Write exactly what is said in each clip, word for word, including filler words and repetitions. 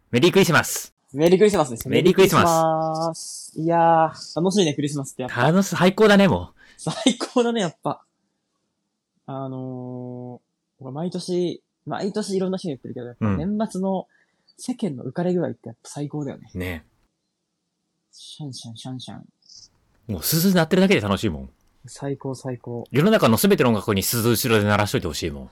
メリークリスマス。 メリークリスマスです。 メリークリスマス。いやー、楽しいね、クリスマスってやっぱ。 楽しい、最高だね、も最高だね、やっぱ。あのー、毎年、毎年いろんな人に言ってるけど、やっぱ年末の世間の浮かれ具合ってやっぱ最高だよね。 う。ね。 シャンシャン、シャンシャン。 もう鈴鳴ってるだけで楽しいもん。 最高、最高。 世の中のすべての音楽に鈴後ろで鳴らしといてほしいもん。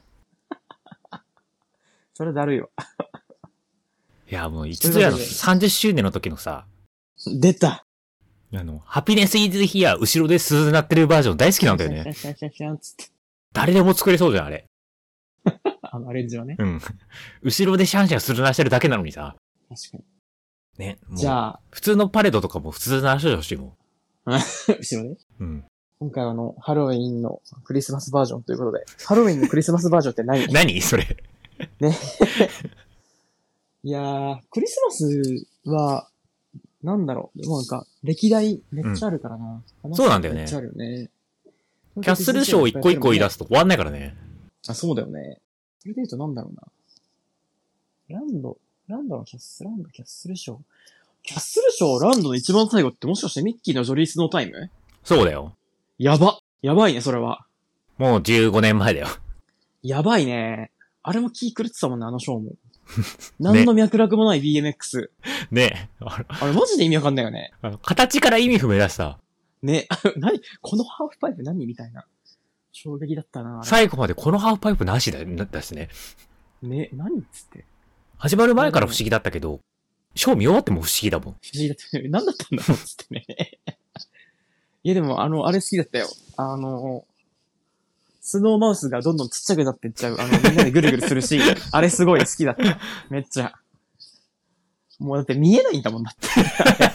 それだるいわ。 いや、もう、いつぞやのさんじゅっしゅうねんの時のさ、 出た。 あの、ハピネスイズヒア、後ろで鈴鳴ってるバージョン大好きなんだよね。 シャンシャンシャンシャンつって。 誰でも作れそうじゃん、あれ。 あの、アレンジはね。 うん。後ろでシャンシャンする鳴らしてるだけなのにさ。 確かに。 ね。もうじゃあ。 普通のパレードとかも普通で鳴らしてほしいもん。 後ろでうん。 今回はあの、ハロウィンのクリスマスバージョンということで。ハロウィンのクリスマスバージョンって何何それ。 ね。いやー、クリスマスは、なんだろう。もうなんか、歴代めっちゃあるからな。 うん、そうなんだよね。 めっちゃあるよね。 キャッスルショー一個一個言い出すと終わんないからね。 あ、そうだよね。それで言うとなんだろうな。ランド、ランドのキャッスル、ランドキャッスルショー。キャッスルショーランドの一番最後ってもしかしてミッキーのジョリースノータイム？ そうだよ。 やば。やばいね、それは。 もうじゅうごねんまえだよ。 やばいね。あれも気狂ってたもんね、あのショーも。何の脈絡もない ビーエムエックス。 ねえ。 あれマジで意味わかんないよね。 あの形から意味不明だしさ。 ね、何このハーフパイプ何みたいな。衝撃だったな。 最後までこのハーフパイプなしだ、だしね。 ね、何っつって。 始まる前から不思議だったけど、ショー見終わっても不思議だもん。 不思議だった。何だったんだろうっつってね。いやでも、あの、あれ好きだったよ。あの、スノーマウスがどんどんちっちゃくなっていっちゃう。あの、みんなでぐるぐるするシーン。あれすごい好きだった。めっちゃ。もうだって見えないんだもんだって。ちっ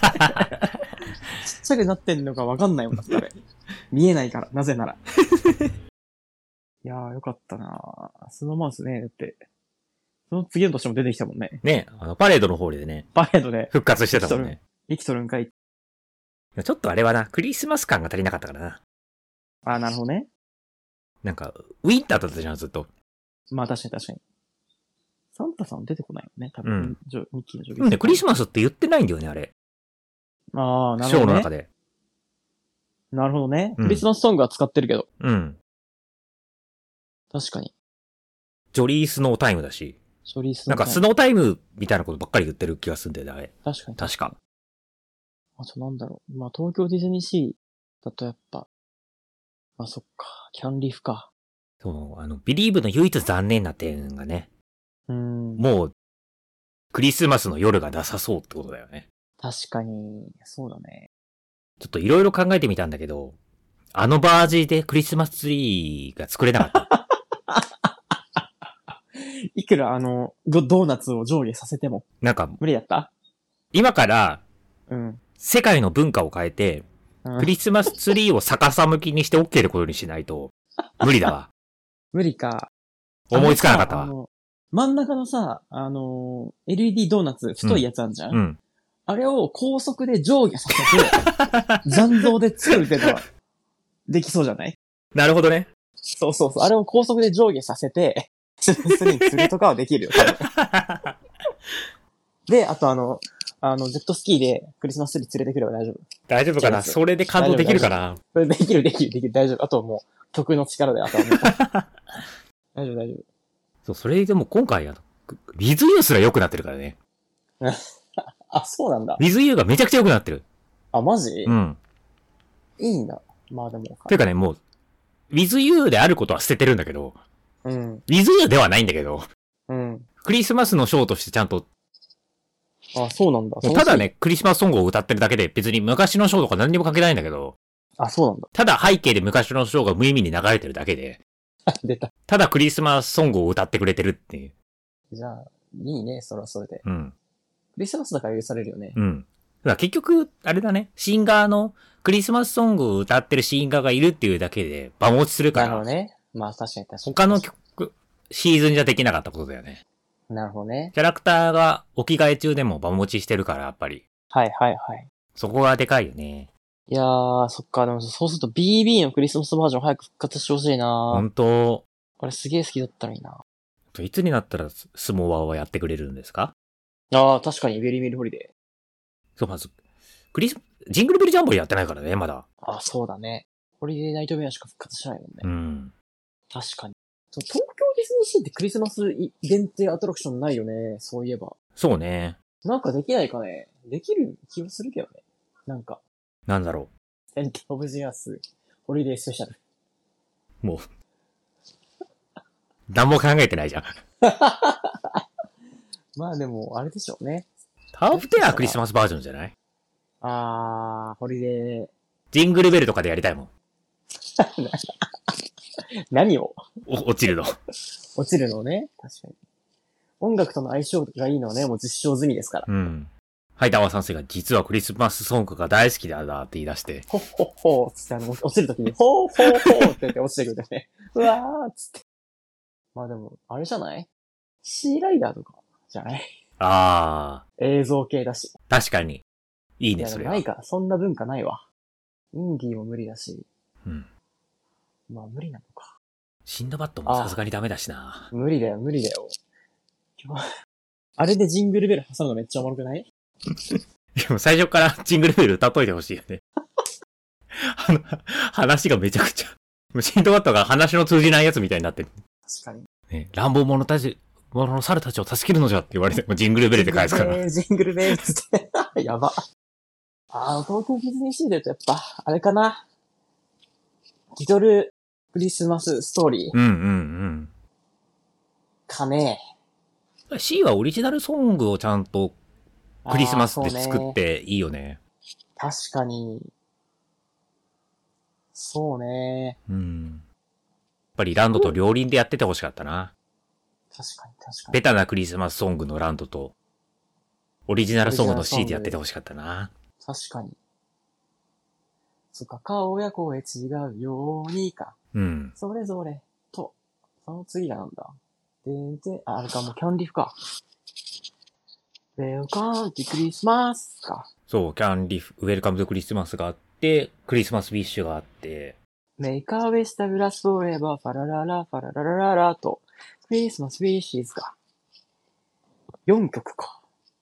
ちゃくなってんのかわかんないもんだってあれ。見えないから、なぜなら。いやーよかったなースノーマウスね、だって。その次の年も出てきたもんね。 ね、あの、パレードの方でね。 パレードで。 復活してたもんね。 生きとるんかい。 ちょっとあれはな、クリスマス感が足りなかったからな。 あー、なるほどね。 なんか、ウィンターだったじゃん、ずっと。 まあ確かに確かに。サンタさん出てこないよね、多分。うん、ジョミッキーのジョでもね、クリスマスって言ってないんだよね、あれ。 ああ、なるほど、ね。 ショーの中で。 なるほどね。クリスマスソングは使ってるけど。 うん。 確かに。 ジョリースノータイムだし。 ジョリースノータイム。 なんかスノータイムみたいなことばっかり言ってる気がするんだよね、あれ。 確かに。 確か。 あとなんだろう。まあ東京ディズニーシーだとやっぱ、あ、そっか。キャンリーフか。 そう、あの、ビリーブの唯一残念な点がね。 うーん。 もう、クリスマスの夜がなさそうってことだよね。 確かに、そうだね。 ちょっといろいろ考えてみたんだけど、あのバージでクリスマスツリーが作れなかった。 いくらあの、ドーナツを上下させても。 なんか、 無理やった今から、 うん。 世界の文化を変えて、うん、クリスマスツリーを逆さ向きにして OK ってことにしないと、無理だわ。 無理か。 思いつかなかったわ。 真ん中のさ、あの、エルイーディー ドーナツ、太いやつあるじゃん、うん、うん。あれを高速で上下させて、残像で作るってのは、できそうじゃない？ なるほどね。 そうそうそう。あれを高速で上下させて、クリスマスツリーにするとかはできるよ、多分。で、あとあの、あの、ジェットスキーでクリスマスツリー連れてくれば大丈夫。 大丈夫かな？それで感動できるかな？ それできる、できる、できる、大丈夫。あとはもう、曲の力で、あとはもう。大丈夫、大丈夫。 そう、それでも今回、あの、ウィズユーすら良くなってるからね。 あ、そうなんだ。 ウィズユーがめちゃくちゃ良くなってる。 あ、マジ？ うん。 いいんだ。まあでも。 ていうかね、もう、ウィズユーであることは捨ててるんだけど、 うん。 ウィズユーではないんだけど、 うん。 クリスマスのショーとしてちゃんと、 あ、そうなんだ。 ただね、クリスマスソングを歌ってるだけで、別に昔のショーとか何にも関係ないんだけど、 あ、そうなんだ。 ただ背景で昔のショーが無意味に流れてるだけで、 出た。 ただクリスマスソングを歌ってくれてるっていう。 じゃあ、いいね、それはそれで。 うん。 クリスマスだから許されるよね。 うん。だから結局、あれだね、シンガーの、クリスマスソングを歌ってるシンガーがいるっていうだけで、場持ちするから。 なるほどね。まあ確かに確かに。 他の曲、シーズンじゃできなかったことだよね。 なるほどね。 キャラクターがお着替え中でも場持ちしてるから、やっぱり。 はいはいはい。 そこがでかいよね。 いやー、そっか、でもそうすると ビービー のクリスマスバージョン早く復活してほしいなー。 ほんと。 あれすげー好きだったらいいな。 いつになったらスモワーはやってくれるんですか？ ああ、確かに、ベリーメリーホリデー。 そう、まず、クリス、ジングルベルジャンボリーやってないからね、まだ。 ああ、そうだね。ホリデーナイトメアしか復活しないもんね。 うん。 確かに。そう、東京ディズニーシーってクリスマス限定アトラクションないよね。そういえば。 そうね。 なんかできないかね。できる気がするけどね。なんか。 なんだろエントオブジアース、ホリデースペシャル。 う。もう。何も考えてないじゃん。 まあでも、あれでしょうね。 ターフテアークリスマスバージョンじゃない？ あー、ホリデー。 ジングルベルとかでやりたいもん。 何をお落ちるの。 落ちるのね。確かに。音楽との相性がいいのはね、もう実証済みですから。 うん。はい、ダワさん生が実はクリスマスソングが大好きだなって言い出して。 ほっほっほーつってあの、落ちるときに、ほーほーほーって言って落ちてくるんだよね。うわーっつって。まあでも、あれじゃない？シーライダーとか、じゃない？ あー。映像系だし。 確かに。いいね、 いやそれは。 ないから、そんな文化ないわ。インディーも無理だし。 うん。 まあ無理なのか。 シンドバッドもさすがにダメだしな。 無理だよ、無理だよ。あれでジングルベル挟むのめっちゃおもろくない？ でも最初からジングルベル歌っといてほしいよね。あの、話がめちゃくちゃ。シンドバッドが話の通じないやつみたいになってる。 確かに。 ね、乱暴者たち、者の猿たちを助けるのじゃって言われてもジングルベルで返すから。 ジングルベルつって。やば。あの、東京ディズニーシーで言うとやっぱ、あれかな。リトルクリスマスストーリー。 うんうんうん。 かね。 C はオリジナルソングをちゃんとクリスマスで作っていいよね。 確かに。そうね。 うん。やっぱりランドと両輪でやっててほしかったな。 確かに確かに。 ベタなクリスマスソングのランドと、オリジナルソングの C でやっててほしかったな。 確かに。そっか、顔や声違うようにか。 うん。 それぞれと、その次がなんだ。でんでん、あ、あれか、もうキャンディフか。ウェルカムトゥクリスマスか。 そう、キャンディフ、ウェルカムトゥクリスマスがあって、クリスマスウィッシュがあって、 メイカーウェスタグラスフォーエバー、ファラララ、ファラララララと、クリスマスウィッシュズが。よんきょくか。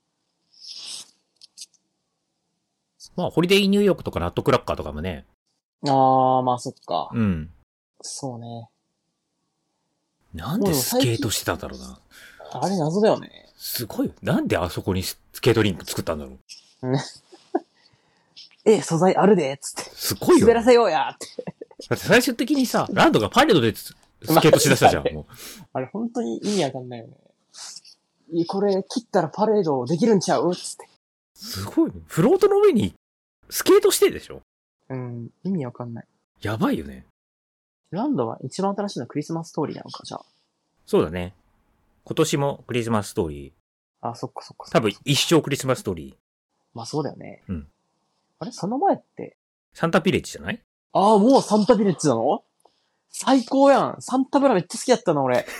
まあ、ホリデーニューヨークとかナットクラッカーとかもね。 あー、まあそっか。 うん。 そうね。 なんでスケートしてたんだろうな。 あれ謎だよね。 すごいよ。なんであそこにスケートリンク作ったんだろう。 え、素材あるでっつって。 すごいよ、 滑らせようやって。 だって最終的にさ、ランドがパレードでスケートしだしたじゃん。もうあれ本当に意味わかんないよね。これ切ったらパレードできるんちゃうつって。 すごいね。フロートの上にスケートしてるでしょ？ うん、意味わかんない。 やばいよね。 ランドは一番新しいのはクリスマスストーリーなのか、じゃあ。 そうだね。今年もクリスマスストーリー。 あ、そっかそっか。 多分一生クリスマスストーリー。 まあそうだよね。 うん。 あれその前って。 サンタビレッジじゃない？ ああ、もうサンタビレッジなの？最高やん。サンタブラめっちゃ好きだったな、俺。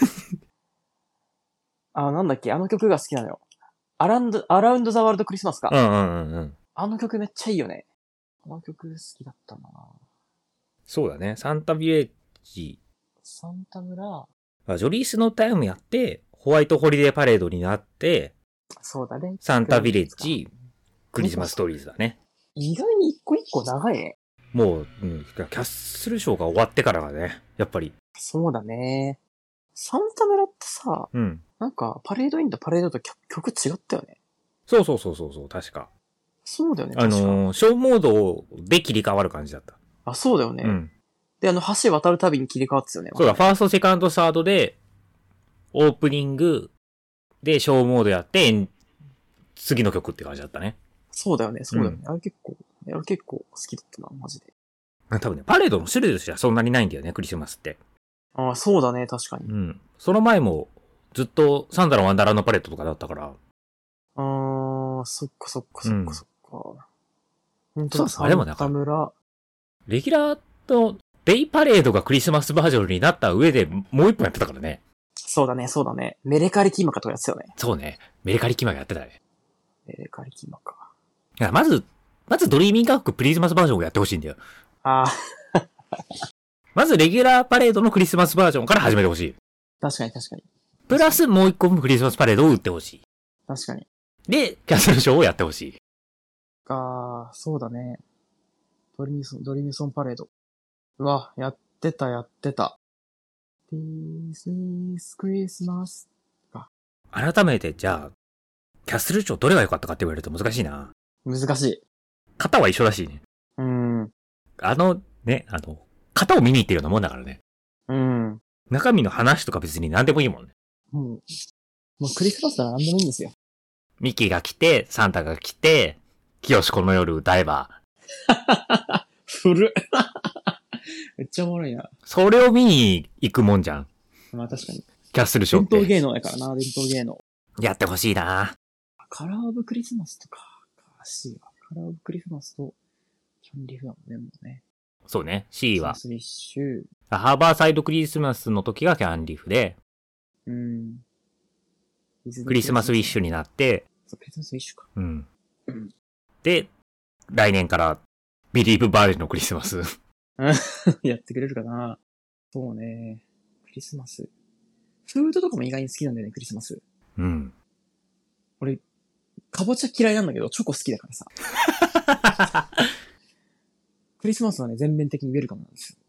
あ、なんだっけ、あの曲が好きなのよ。アランド、アラウンドザワールドクリスマスか。 うんうんうんうん。 あの曲めっちゃいいよね。あの曲好きだったな。 そうだね。サンタビレッジ。 サンタ村。 ジョリースのタイムやって、ホワイトホリデーパレードになって、 そうだね。 サンタビレッジ、クリスマスストーリーズだね。 意外に一個一個長いね。 もう、うん、キャッスルショーが終わってからがね、やっぱり。 そうだね。サンタ村ってさ、 うん。 なんか、パレードインとパレードと曲曲違ったよね。 そうそうそうそうそう、確か。 そうだよね。 あのー、ショーモードで切り替わる感じだった。 あ、そうだよね。 うん。 で、あの、橋渡るたびに切り替わってたよね。 そうだ、ファースト、セカンド、サードで、オープニングでショーモードやって、次の曲って感じだったね。 そうだよね、そうだよね。うん、あれ結構、あれ結構好きだったな、マジで。 多分ね、パレードの種類としてはそんなにないんだよね、クリスマスって。 ああ、そうだね、確かに。 うん。その前も、ずっとサンタのワンダーランドパレードとかだったから。 ああ、そっかそっかそっかそっか。 うん、本当だ、そうでもなかった。 レギュラーとデイパレードがクリスマスバージョンになった上でもう一本やってたからね。 そうだね、そうだね。メレカリキーマカとかやってたよね。 そうね。メレカリキーマカやってたね。 メレカリキーマカ。 いや、まず、まずドリーミングアッククリスマスバージョンをやってほしいんだよ。 ああ。 まずレギュラーパレードのクリスマスバージョンから始めてほしい。 確かに確かに。 プラスもう一個もクリスマスパレードを打ってほしい。 確かに。 で、キャッスルショーをやってほしい。 か、そうだね。ドリミソン、ドリミソンパレード。うわ、やってた、やってた。This is Christmas. 改めて、じゃあ、キャッスルショーどれが良かったかって言われると難しいな。 難しい。 型は一緒らしいね。 うん。 あの、ね、あの、型を見に行ってるようなもんだからね。 うん。 中身の話とか別に何でもいいもんね。 もう、もうクリスマスなら何でもいいんですよ。 ミキが来て、サンタが来て、清この夜歌えば。 古っ。めっちゃおもろいな。 それを見に行くもんじゃん。 まあ確かに。 キャッスルショーって。 伝統芸能やからな、伝統芸能。 やってほしいな。 カラーオブクリスマスとか、かしいわ。カラーオブクリスマスと、キャンディーフだもんね、もうね。 そうね、C は。 クリスマスウィッシュ。 ハーバーサイドクリスマスの時がキャンディーフで、 うん。 クリスマスウィッシュになって、 そう、クリスマスウィッシュか。 うん。 うん、 で、来年からビリーブバージのクリスマス。 やってくれるかな。そうね。クリスマス。フードとかも意外に好きなんだよね、クリスマス。 うん。 俺、かぼちゃ嫌いなんだけど、チョコ好きだからさ。クリスマスはね、全面的にウェルカムなんですよ。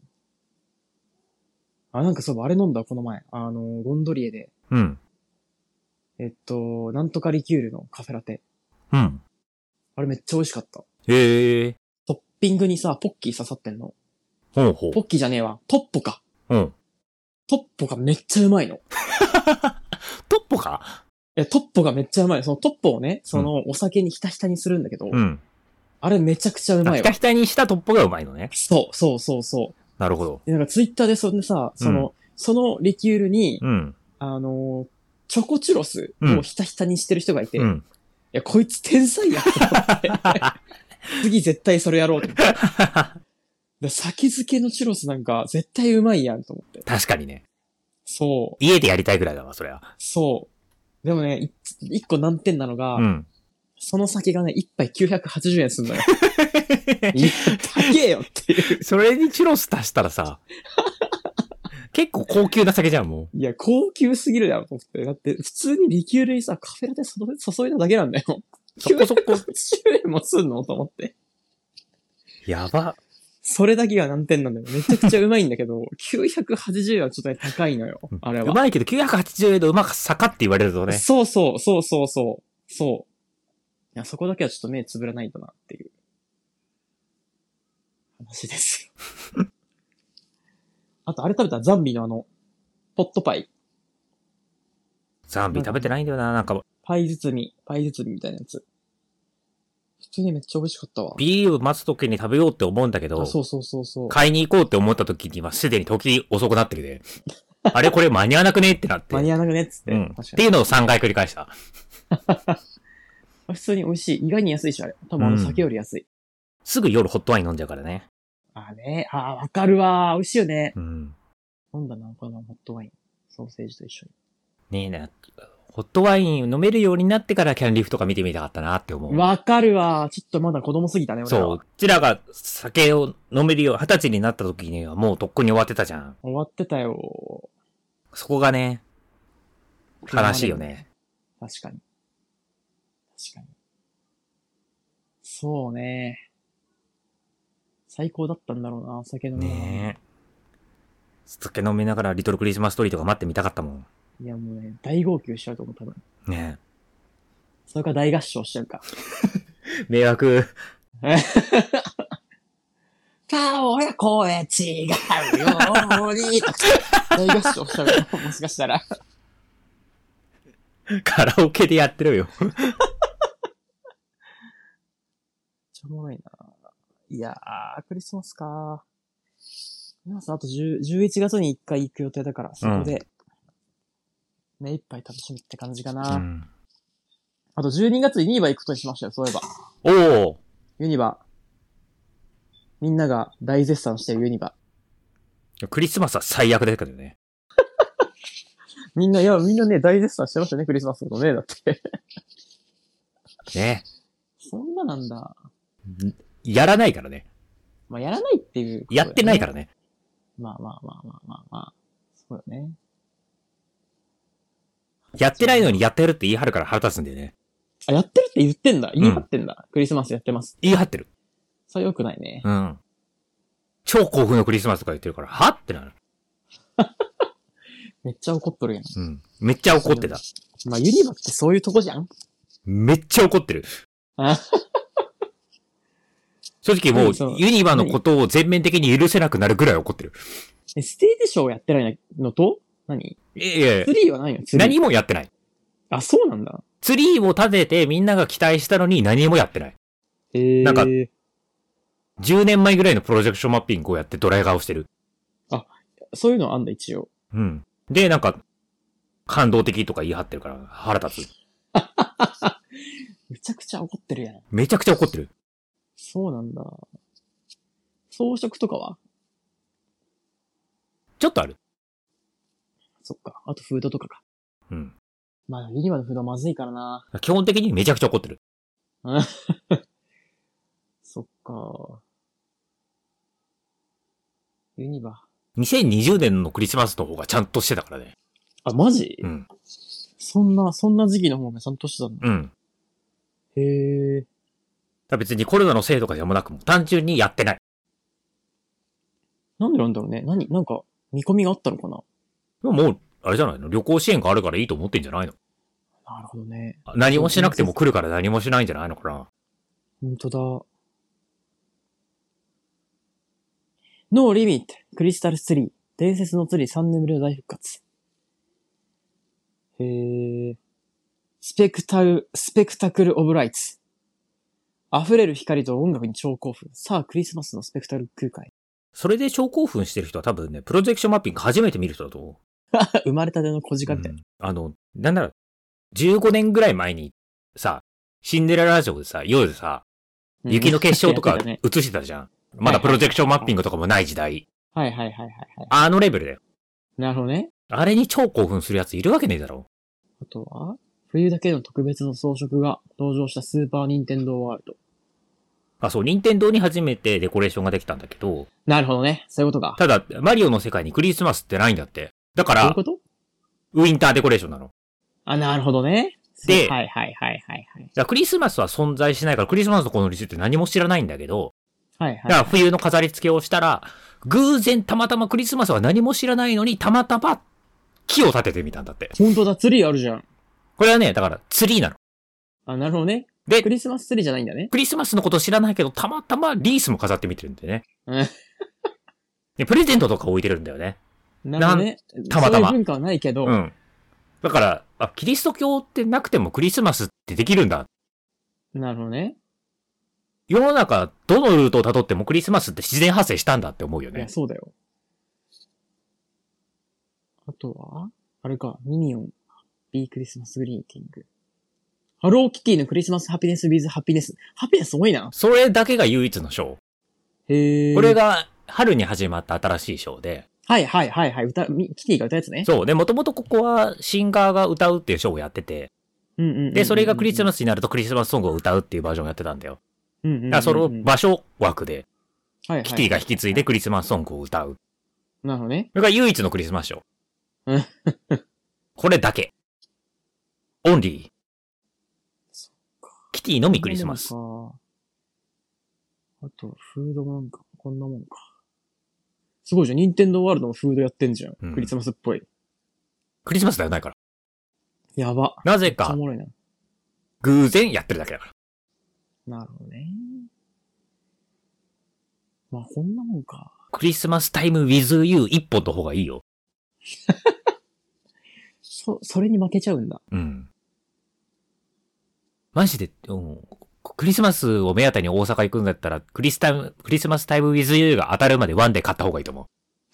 あ、なんかそう、あれ飲んだ、この前。あの、ゴンドリエで。 うん。 えっと、なんとかリキュールのカフェラテ。 うん。 あれめっちゃ美味しかった。 へえ。 トッピングにさ、ポッキー刺さってんの。 ほうほう。 ポッキーじゃねえわ。トッポか。 うん。 トッポがめっちゃうまいの。 トッポか？ え、トッポがめっちゃうまい。そのトッポをね、そのお酒にひたひたにするんだけど。 うん。 あれめちゃくちゃうまいわ。 ひたひたにしたトッポがうまいのね。 そう、そうそうそう。 なるほど。 で、なんかツイッターでそんでさ、その、うん、そのリキュールに、 うん。 あの、チョコチュロスをひたひたにしてる人がいて、うん、いや、こいつ天才やと思って。次絶対それやろうと思って。で先付けのチュロスなんか絶対うまいやんと思って。 確かにね。 そう。 家でやりたいぐらいだわ、それは。 そう。でもね、一個難点なのが、うん、その酒がね、一杯きゅうひゃくはちじゅうえんすんのよ。いや、高えよっていう。 それにチュロス足したらさ、結構高級な酒じゃん、もう。いや、高級すぎるだろと思って。だって、普通にリキュールにさ、カフェラテ注いだだけなんだよ。 そこそこ。 きゅうひゃくはちじゅうえんもすんのと思って。 やば。 それだけが難点なんだよ。めちゃくちゃうまいんだけど、きゅうひゃくはちじゅうえんはちょっとね、高いのよ。あれは。 うまいけどきゅうひゃくはちじゅうえんのうまさかって言われるとね。 そうそう、そうそうそう。そう。いや、そこだけはちょっと目つぶらないとなっていう話ですよ。あと、あれ食べたザンビのあの、ポットパイ。 ザンビ食べてないんだよな、なんか。 パイ包み、パイ包みみたいなやつ。普通にめっちゃ美味しかったわ。 ビールを待つ時に食べようって思うんだけど、 そうそうそうそう。 買いに行こうって思った時にはすでに時遅くなってるで。あれこれ間に合わなくねってなって。 間に合わなくねっつって。 うん。っていうのをさんかい繰り返した。 普通に美味しい。意外に安いし、あれ。多分あの酒より安い。うん、 すぐ夜ホットワイン飲んじゃうからね。 ああね。ああ、わかるわ。美味しいよね。 うん。 飲んだな、このホットワイン。ソーセージと一緒に。ねえな。ホットワイン飲めるようになってからキャンリーフとか見てみたかったなって思う。 わかるわ。ちょっとまだ子供すぎたね、俺は。 そう。うちらが酒を飲めるよう、二十歳になった時にはもうとっくに終わってたじゃん。 終わってたよ。 そこがね、悲しいよね。 確かに。確かに。そうね。最高だったんだろうな、酒飲み。 ねえ。酒飲みながらリトルクリスマストリーとか待ってみたかったもん。 いやもうね、大号泣しちゃうと思う、多分。 ねえ。 それから大合唱しちゃうか。 迷惑。 顔や声違うように。大合唱しちゃうよ、もしかしたら。 カラオケでやってるよ。めっちゃおもろいな。いやー、クリスマスか。皆さんあとじゅう、じゅういちがつにいっかい行く予定だから、そこで、目いっぱい楽しみって感じかな。うん、あとじゅうにがつにユニバ行くことにしましたよ、そういえば。 おー。 ユニバ。みんなが大絶賛してるユニバ。 クリスマスは最悪だけどね。 みんな、いや、みんなね、大絶賛してましたね、クリスマスのことね、だって。 ね。 そんななんだ。 やらないからね。 まあ、やらないっていう、ね。 やってないからね。 まあまあまあまあまあまあ。そうよね。 やってないのにやってるって言い張るから腹立つんだよね。 あ、やってるって言ってんだ。言い張ってんだ。クリスマスやってます。 言い張ってる。 それ良くないね。 うん。超興奮のクリスマスとか言ってるから、はってなる。 めっちゃ怒っとるやん。 うん。めっちゃ怒ってた。 まあ、ユニバってそういうとこじゃん。 めっちゃ怒ってる。 あ正直もう何その、 ユニバのことを全面的に許せなくなるぐらい怒ってる。 えステージショーやってないのと何いやいやいやツリーはないのツリー。 何もやってない。 あ、そうなんだ。 ツリーを立ててみんなが期待したのに何もやってない。 へー。 なんかじゅうねんまえぐらいのプロジェクションマッピングをやってドライ顔してる。 そういうのあんだ、一応。 うん。で、なんか、感動的とか言い張ってるから腹立つ。 めちゃくちゃ怒ってるやん。 めちゃくちゃ怒ってる。 そうなんだ。装飾とかはちょっとある。 そっか。あとフードとかか。 うん。 まあ、ユニバのフードはまずいからな。 基本的にめちゃくちゃ怒ってる。 そっか。ユニバ。 にせんにじゅうねんのクリスマスの方がちゃんとしてたからね。 あ、マジうん。 そんな、そんな時期の方がちゃんとしてたんだ。 うん。 へえ。 別にコロナのせいとかでもなく、単純にやってない。 なんでなんだろうね。何なんか、見込みがあったのかな。 でももう、あれじゃないの？旅行支援があるからいいと思ってんじゃないの？ なるほどね。 何もしなくても来るから何もしないんじゃないのかな。 ほんとだ。ノーリミット、クリスタルツリー。伝説のツリーさんねんぶりの大復活。へー。スペクタル、スペクタクルオブライツ。溢れる光と音楽に超興奮。さあ、クリスマスのスペクタル空海。 それで超興奮してる人は多分ね、プロジェクションマッピング初めて見る人だと思う。 生まれたての小鹿みたいな。 うん、あの、なんなら、じゅうごねんぐらい前にさ、シンデレラ城でさ、夜でさ、雪の結晶とか映してたじゃん。まだプロジェクションマッピングとかもない時代。 はいはいはいはい、はい。 あのレベルだよ。 なるほどね。 あれに超興奮するやついるわけねえだろ。 あとは、冬だけの特別の装飾が登場したスーパーニンテンドーワールド。 あ、そう、任天堂に初めてデコレーションができたんだけど。 なるほどね。そういうことか。 ただ、マリオの世界にクリスマスってないんだって。だから、 どういうこと？ ウィンターデコレーションなの。 あ、なるほどね。 で、 はいはいはいはいはい。 だクリスマスは存在しないから、クリスマスのこのリスって何も知らないんだけど、 はいはい。 だから冬の飾り付けをしたら、偶然たまたまクリスマスは何も知らないのに、たまたま木を立ててみたんだって。 本当だ、ツリーあるじゃん。 これはね、だからツリーなの。 あ、なるほどね。 で、 クリスマスツリーじゃないんだね。 クリスマスのこと知らないけど、たまたまリースも飾ってみてるんでね。 うん。 でプレゼントとか置いてるんだよね。 なるほどね。 たまたまそういう文化はないけど。 うん。だから、あ、キリスト教ってなくてもクリスマスってできるんだ。 なるほどね。 世の中、どのルートを辿ってもクリスマスって自然発生したんだって思うよね。 いや、。そうだよ。あとはあれか、ミニオン、ハッピークリスマスグリーティング。ハローキティのクリスマスハピネスウィズハピネス。ハピネス多いな。 それだけが唯一のショー。 へー。 これが春に始まった新しいショーで。 はいはいはいはい。歌、ミキティが歌うやつね。 そう。で、もともとここはシンガーが歌うっていうショーをやってて。 うんうんうんうんうん。 で、それがクリスマスになるとクリスマスソングを歌うっていうバージョンをやってたんだよ。 うんうんうんうん。 だからその場所枠で、 はいはい、 キティが引き継いでクリスマスソングを歌う。 なるほどね。 それが唯一のクリスマスショうん。 ー。これだけ。オンリー。キティのみクリスマス。 あと、フードもなんか、こんなもんか。すごいじゃん。ニンテンドーワールドもフードやってんじゃん。 うんクリスマスっぽい。 クリスマスではないから。 やば。 なぜかめっちゃお、もろいな。 偶然やってるだけだから。 なるほどね。まあ、こんなもんか。 クリスマスタイム with you 一本の方がいいよ。 そ、それに負けちゃうんだ。 うん。マジで、うん、クリスマスを目当てに大阪行くんだったら、クリスタイム、クリスマスタイム with you が当たるまでワンで買った方がいいと思う。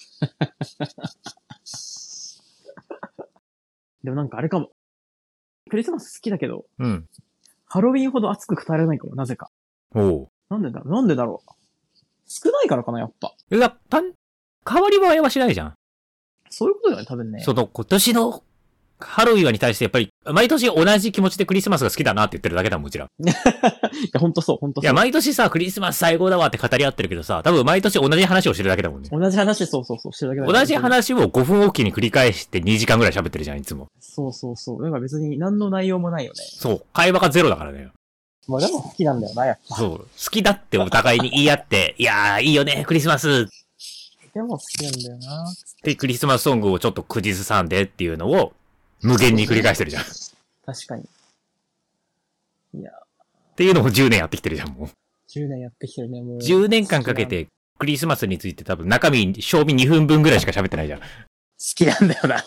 でもなんかあれかも。クリスマス好きだけど、 うん。 ハロウィンほど熱く語れないかも、なぜか。 おう。 なんでだろうなんでだろう少ないからかな、やっぱ。 いや、たん、変わり映えはしないじゃん。 そういうことだよね、多分ね。 その、今年のハロウィンはに対してやっぱり毎年同じ気持ちでクリスマスが好きだなって言ってるだけだもん、うちら。 いや、ほんとそう、ほんとそう。 いや、毎年さ、クリスマス最高だわって語り合ってるけどさ、多分毎年同じ話をしてるだけだもんね。 同じ話、そうそうそう、してるだけだ同じ話をごふんおきに繰り返してにじかんぐらい喋ってるじゃん、いつも。 そうそうそう。なんか別に何の内容もないよね。 そう。会話がゼロだからね。 まあでも好きなんだよな、やっぱ。 そう。好きだってお互いに言い合って、いやー、いいよね、クリスマス。 でも好きなんだよな。 で、クリスマスソングをちょっと口ずさんでっていうのを無限に繰り返してるじゃん。 確かに。いや。 っていうのをじゅうねんやってきてるじゃん、もう。 じゅうねんやってきてるね、もう。 じゅうねんかんかけてクリスマスについて多分中身、賞味にふんぶんぐらいしか喋ってないじゃん。好きなんだよな。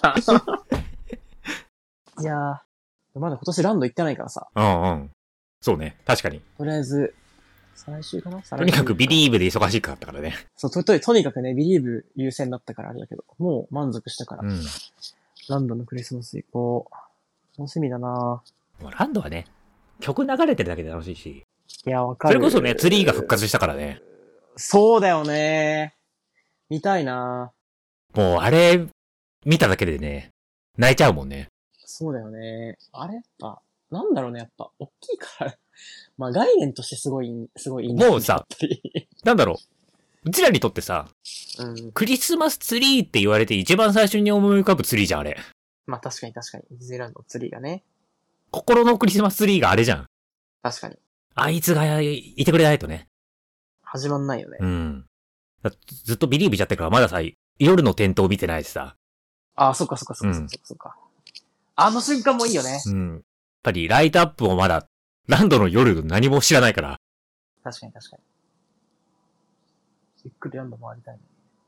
いやー。まだ今年ランド行ってないからさ。 うんうん。そうね。確かに。 とりあえず、再来週かな？ とにかくビリーブで忙しかったからね。 そう、と、と、とにかくね、ビリーブ優先だったからあれだけど、もう満足したから。うん。ランドのクリスマス行こう。楽しみだなぁ。ランドはね、曲流れてるだけで楽しいし。 いや、わかる。 それこそね、ツリーが復活したからね。 そうだよね。見たいなもう、あれ、見ただけでね、泣いちゃうもんね。 そうだよね。あれやっぱ、なんだろうね、やっぱ、大きいから。まあ、概念としてすごい、すごいいいんだもうさ、なんだろう。うちらにとってさ、 うん、 クリスマスツリーって言われて一番最初に思い浮かぶツリーじゃん、あれ。 まあ確かに確かに。ディズニーランドのツリーがね。 心のクリスマスツリーがあれじゃん。 確かに。 あいつがいてくれないとね。 始まんないよね。 うん。ずっとビリーブしちゃってるから、まださ、夜の点灯見てないしさ。 ああ、そっかそっかそっかそっかそっか。うん、あの瞬間もいいよね。 うん。やっぱりライトアップもまだ、ランドの夜何も知らないから。 確かに確かに。ゆっくりランド回りたいね。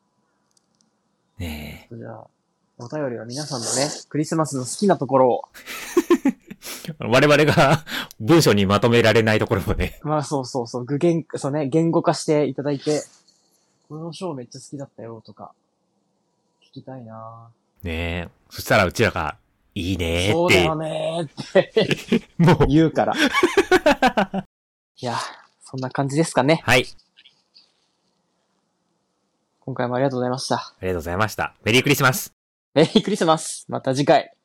ねえ。じゃあ、お便りは皆さんのね、クリスマスの好きなところを。 我々が文章にまとめられないところもね。 まあそうそうそう、具現、そうね、言語化していただいて、このショーめっちゃ好きだったよとか、聞きたいなねえ。そしたらうちらが、いいねーって。 そうだよねーって。もう。言うから。いや、そんな感じですかね。 はい。 今回もありがとうございました。ありがとうございました。メリークリスマス。 メリークリスマス。また次回。